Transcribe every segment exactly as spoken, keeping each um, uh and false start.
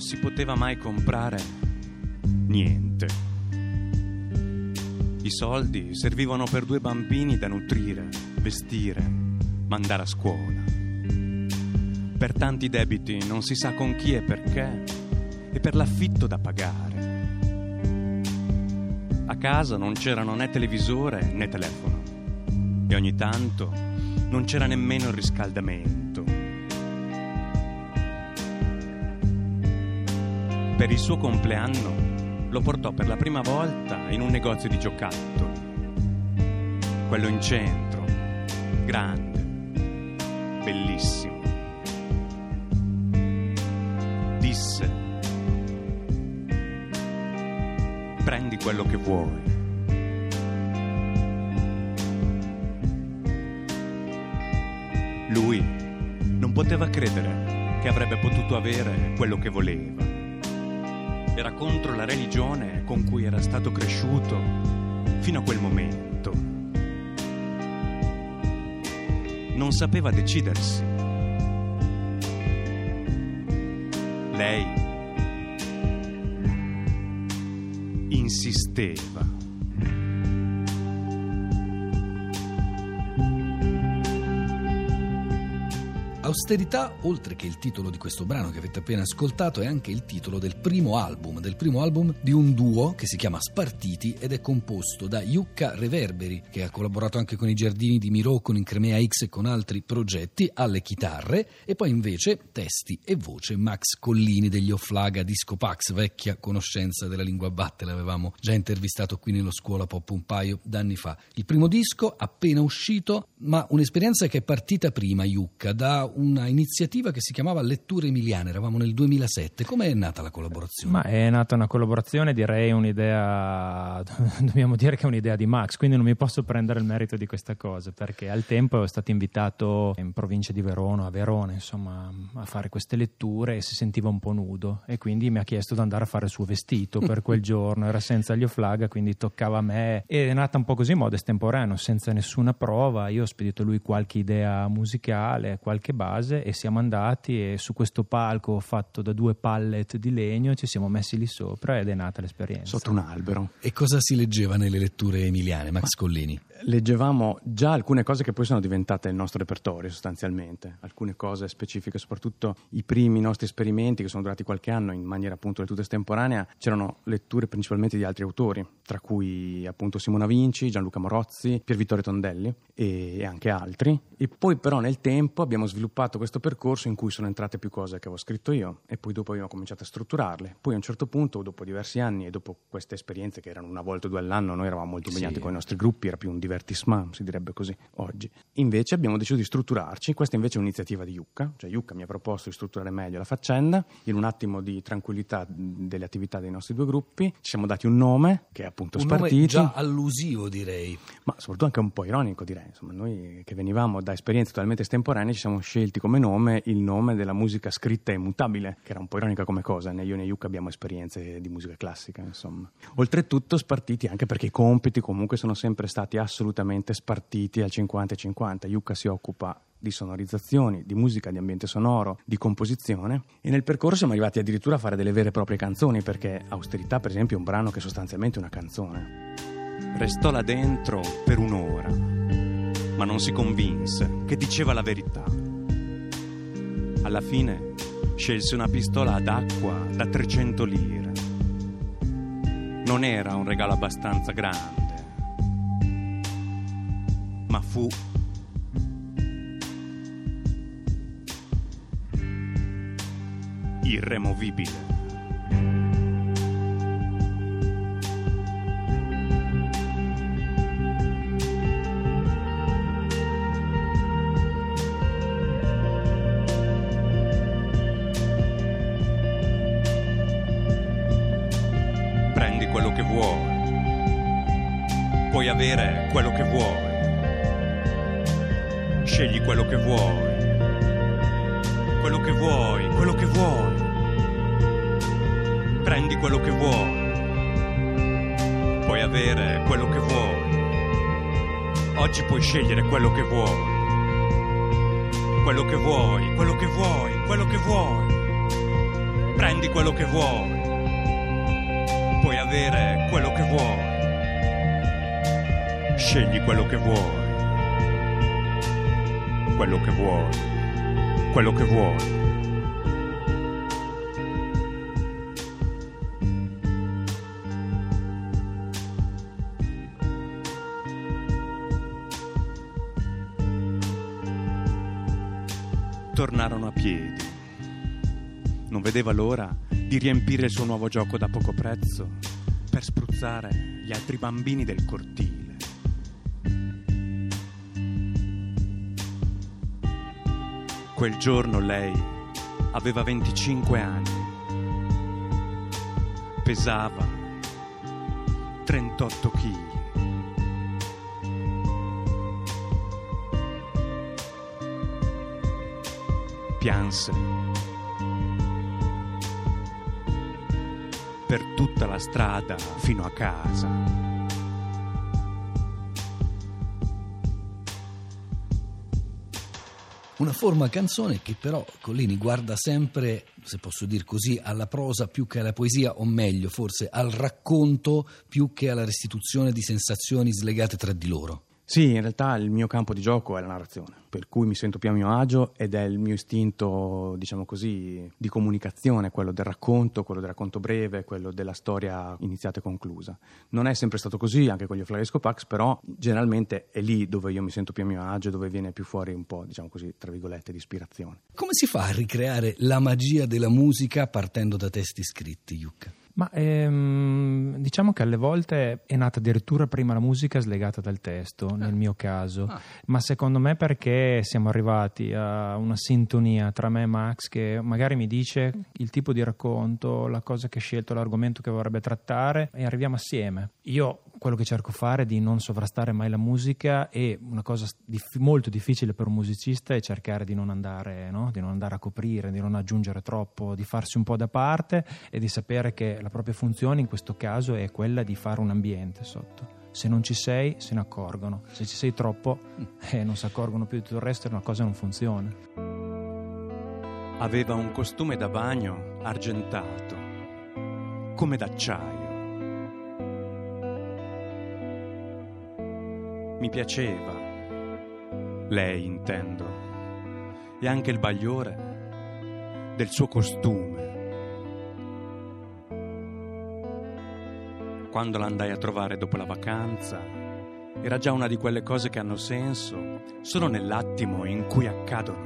si poteva mai comprare niente. I soldi servivano per due bambini da nutrire, vestire, mandare a scuola. Per tanti debiti non si sa con chi e perché, e per l'affitto da pagare. A casa non c'erano né televisore né telefono, e ogni tanto non c'era nemmeno il riscaldamento. Per il suo compleanno lo portò per la prima volta in un negozio di giocattoli, quello in centro, grande, bellissimo. Disse: prendi quello che vuoi. Lui non poteva credere che avrebbe potuto avere quello che voleva. Era contro la religione con cui era stato cresciuto fino a quel momento. Non sapeva decidersi. Lei insisteva. Austerità, oltre che il titolo di questo brano che avete appena ascoltato, è anche il titolo del primo album, del primo album di un duo che si chiama Spartiti ed è composto da Jukka Reverberi, che ha collaborato anche con i Giardini di Miro, con Incremea X e con altri progetti, alle chitarre, e poi invece testi e voce Max Collini degli Offlaga Disco Pax, vecchia conoscenza della lingua batte, l'avevamo già intervistato qui nello Scuola Pop un paio d'anni fa. Il primo disco appena uscito, ma un'esperienza che è partita prima, Jukka, da una iniziativa che si chiamava Letture Emiliane, eravamo nel duemilasette. Come è nata la collaborazione? Ma è nata una collaborazione, direi un'idea, dobbiamo dire che è un'idea di Max, quindi non mi posso prendere il merito di questa cosa, perché al tempo ero stato invitato in provincia di Verona, a Verona, insomma, a fare queste letture e si sentiva un po' nudo e quindi mi ha chiesto di andare a fare il suo vestito per quel giorno, era senza gli Offlaga, quindi toccava a me, ed è nata un po' così, in modo estemporaneo, senza nessuna prova. Io ho spedito a lui qualche idea musicale, qualche base, e siamo andati, e su questo palco fatto da due pallet di legno ci siamo messi lì sopra ed è nata l'esperienza. Sotto un albero. E cosa si leggeva nelle letture emiliane, Max Collini? Leggevamo già alcune cose che poi sono diventate il nostro repertorio sostanzialmente, alcune cose specifiche, soprattutto i primi nostri esperimenti che sono durati qualche anno in maniera appunto del tutto estemporanea. C'erano letture principalmente di altri autori, tra cui appunto Simona Vinci, Gianluca Morozzi, Pier Vittorio Tondelli e anche altri, e poi però nel tempo abbiamo sviluppato questo percorso in cui sono entrate più cose che avevo scritto io e poi dopo abbiamo cominciato a strutturarle. Poi a un certo punto, dopo diversi anni e dopo queste esperienze che erano una volta o due all'anno, noi eravamo molto impegnati sì. con i nostri gruppi, era più un divertissement, si direbbe così oggi. Invece abbiamo deciso di strutturarci. Questa invece è un'iniziativa di Jukka, cioè Jukka mi ha proposto di strutturare meglio la faccenda in un attimo di tranquillità delle attività dei nostri due gruppi. Ci siamo dati un nome che è appunto un Spartiti, nome già allusivo, direi, ma soprattutto anche un po' ironico, direi. Insomma, noi che venivamo da esperienze totalmente estemporanee ci siamo scelti come nome il nome della musica scritta e immutabile, che era un po' ironica come cosa. Né io né Jukka abbiamo esperienze di musica classica, insomma. Oltretutto Spartiti anche perché i compiti comunque sono sempre stati assolutamente spartiti al cinquanta e cinquanta. Jukka si occupa di sonorizzazioni, di musica, di ambiente sonoro, di composizione, e nel percorso siamo arrivati addirittura a fare delle vere e proprie canzoni, perché Austerità per esempio è un brano che è sostanzialmente una canzone. Restò là dentro per un'ora, ma non si convinse che diceva la verità. Alla fine scelse una pistola ad acqua da trecento lire. Non era un regalo abbastanza grande, ma fu irremovibile. Prendi quello che vuoi, puoi avere quello che vuoi, scegli quello che vuoi, quello che vuoi, quello che vuoi, prendi quello che vuoi, puoi avere quello che vuoi, oggi puoi scegliere quello che vuoi, quello che vuoi, quello che vuoi, quello che vuoi, Prendi quello che vuoi, puoi avere quello che vuoi, scegli quello che vuoi, quello che vuoi, quello che vuoi. Tornarono a piedi. Non vedeva l'ora di riempire il suo nuovo gioco da poco prezzo per spruzzare gli altri bambini del cortile. Quel giorno lei aveva venticinque anni, pesava trentotto chili. Pianse per tutta la strada fino a casa. Una forma canzone che però Collini guarda sempre, se posso dir così, alla prosa più che alla poesia, o meglio forse al racconto più che alla restituzione di sensazioni slegate tra di loro. Sì, in realtà il mio campo di gioco è la narrazione, per cui mi sento più a mio agio ed è il mio istinto, diciamo così, di comunicazione, quello del racconto, quello del racconto breve, quello della storia iniziata e conclusa. Non è sempre stato così, anche con gli Oflaresco Pax, però generalmente è lì dove io mi sento più a mio agio, dove viene più fuori un po', diciamo così, tra virgolette, di ispirazione. Come si fa a ricreare la magia della musica partendo da testi scritti, Yucca? Ma ehm, diciamo che alle volte è nata addirittura prima la musica slegata dal testo, eh. nel mio caso, ah. ma secondo me perché siamo arrivati a una sintonia tra me e Max che magari mi dice il tipo di racconto, la cosa che ha scelto, l'argomento che vorrebbe trattare e arriviamo assieme. Io quello che cerco di fare è di non sovrastare mai la musica, e una cosa diff- molto difficile per un musicista è cercare di non andare, no? di non andare a coprire, di non aggiungere troppo, di farsi un po' da parte e di sapere che la propria funzione in questo caso è quella di fare un ambiente sotto. Se non ci sei se ne accorgono, se ci sei troppo eh, non si accorgono più di tutto il resto e una cosa non funziona. Aveva un costume da bagno argentato, come d'acciaio. Mi piaceva, lei intendo, e anche il bagliore del suo costume. Quando l'andai a trovare dopo la vacanza, era già una di quelle cose che hanno senso solo nell'attimo in cui accadono.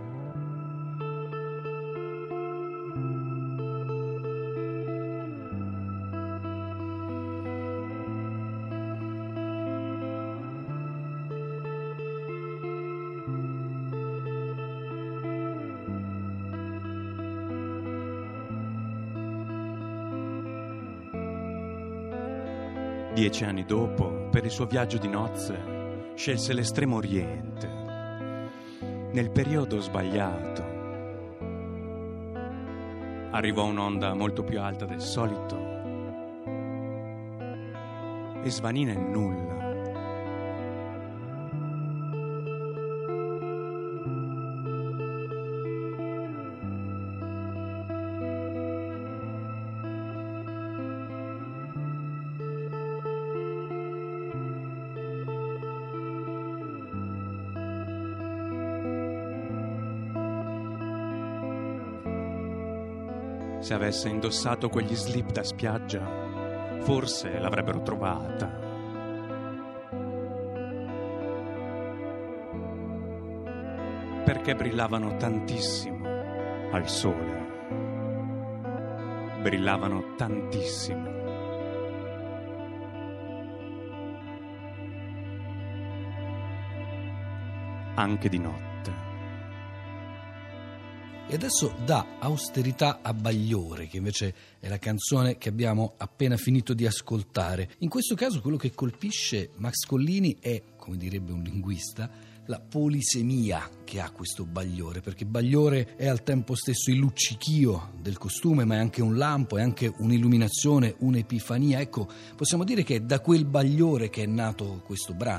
Dieci anni dopo, per il suo viaggio di nozze, scelse l'Estremo Oriente, nel periodo sbagliato. Arrivò un'onda molto più alta del solito e svanì nel nulla. Se avesse indossato quegli slip da spiaggia, forse l'avrebbero trovata. Perché brillavano tantissimo al sole. Brillavano tantissimo. Anche di notte. E adesso da Austerità a Bagliore, che invece è la canzone che abbiamo appena finito di ascoltare. In questo caso quello che colpisce Max Collini è, come direbbe un linguista, la polisemia che ha questo Bagliore, perché Bagliore è al tempo stesso il luccichio del costume, ma è anche un lampo, è anche un'illuminazione, un'epifania. Ecco, possiamo dire che è da quel Bagliore che è nato questo brano?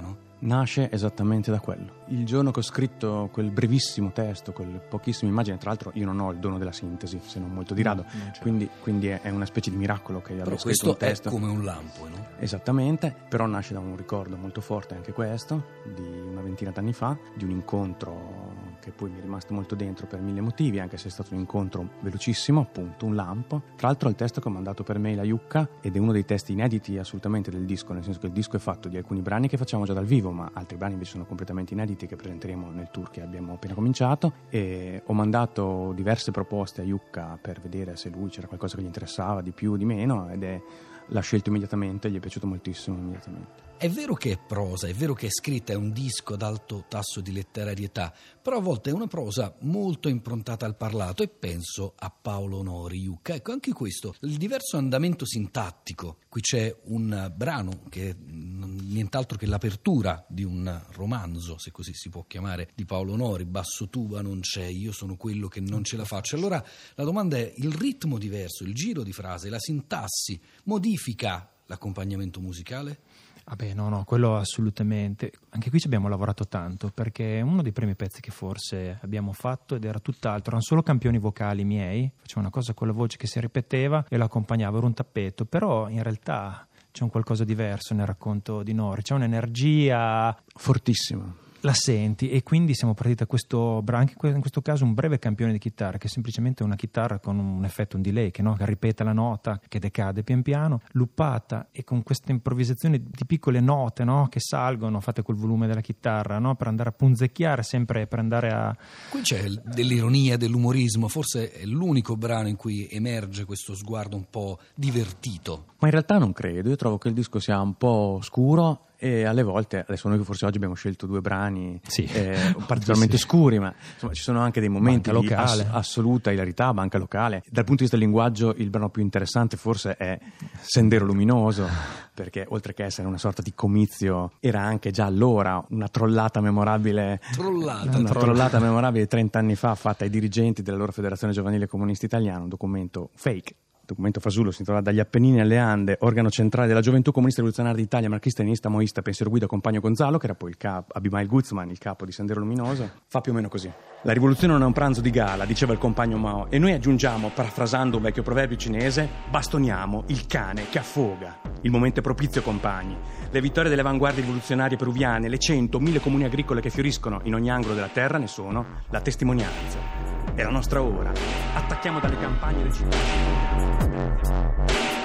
nasce esattamente da quello. Il giorno che ho scritto quel brevissimo testo, quelle pochissime immagini, tra l'altro io non ho il dono della sintesi, se non molto di rado, no, no, quindi, quindi è una specie di miracolo che abbia però scritto un testo. Questo è come un lampo, no? Esattamente, però nasce da un ricordo molto forte anche questo, di una ventina d'anni fa, di un incontro che poi mi è rimasto molto dentro per mille motivi, anche se è stato un incontro velocissimo, appunto, un lampo. Tra l'altro il testo che ha mandato per me la Iucca ed è uno dei testi inediti assolutamente del disco, nel senso che il disco è fatto di alcuni brani che facciamo già dal vivo, ma altri brani invece sono completamente inediti che presenteremo nel tour che abbiamo appena cominciato, e ho mandato diverse proposte a Iucca per vedere se lui c'era qualcosa che gli interessava di più o di meno, ed è l'ha scelto immediatamente, gli è piaciuto moltissimo immediatamente. È vero che è prosa, è vero che è scritta, è un disco ad alto tasso di letterarietà, però a volte è una prosa molto improntata al parlato, e penso a Paolo Nori, Iucca. Ecco, anche questo, il diverso andamento sintattico. Qui c'è un brano che è nient'altro che l'apertura di un romanzo, se così si può chiamare, di Paolo Nori, basso tuba non c'è, io sono quello che non ce la faccio. Allora la domanda è: il ritmo diverso, il giro di frase, la sintassi modifica l'accompagnamento musicale? Ah beh, no, no, quello assolutamente. Anche qui ci abbiamo lavorato tanto, perché è uno dei primi pezzi che forse abbiamo fatto ed era tutt'altro, erano solo campioni vocali miei, facevo una cosa con la voce che si ripeteva e lo accompagnavo, era un tappeto, però in realtà c'è un qualcosa diverso nel racconto di Nori, c'è un'energia fortissima. La senti, e quindi siamo partiti da questo brano, anche in questo caso un breve campione di chitarra, che è semplicemente una chitarra con un effetto, un delay, che, no, che ripete la nota, che decade pian piano, loopata, e con queste improvvisazioni di piccole note, no, che salgono, fatte col volume della chitarra, no, per andare a punzecchiare, sempre per andare a... Qui c'è dell'ironia, dell'umorismo, forse è l'unico brano in cui emerge questo sguardo un po' divertito. Ma in realtà non credo, io trovo che il disco sia un po' scuro, e alle volte, adesso noi forse oggi abbiamo scelto due brani sì. eh, particolarmente sì. scuri, ma insomma ci sono anche dei momenti banca di locale. ass- assoluta ilarità, banca locale. Dal punto di vista del linguaggio il brano più interessante forse è Sendero Luminoso, perché oltre che essere una sorta di comizio era anche già allora una trollata memorabile, trollata, una trollata memorabile trenta anni fa fatta ai dirigenti della loro Federazione Giovanile Comunista Italiana, un documento fake. Documento fasullo, si trova dagli Appennini alle Ande, organo centrale della Gioventù Comunista Rivoluzionaria d'Italia, marxista, leninista, maoista, pensiero guida, compagno Gonzalo, che era poi il capo, Abimael Guzman, il capo di Sendero Luminoso, fa più o meno così. La rivoluzione non è un pranzo di gala, diceva il compagno Mao, e noi aggiungiamo, parafrasando un vecchio proverbio cinese, bastoniamo il cane che affoga. Il momento è propizio, compagni. Le vittorie delle avanguardie rivoluzionarie peruviane, le cento, mille comuni agricole che fioriscono in ogni angolo della terra ne sono la testimonianza. È la nostra ora. Attacchiamo dalle campagne le città.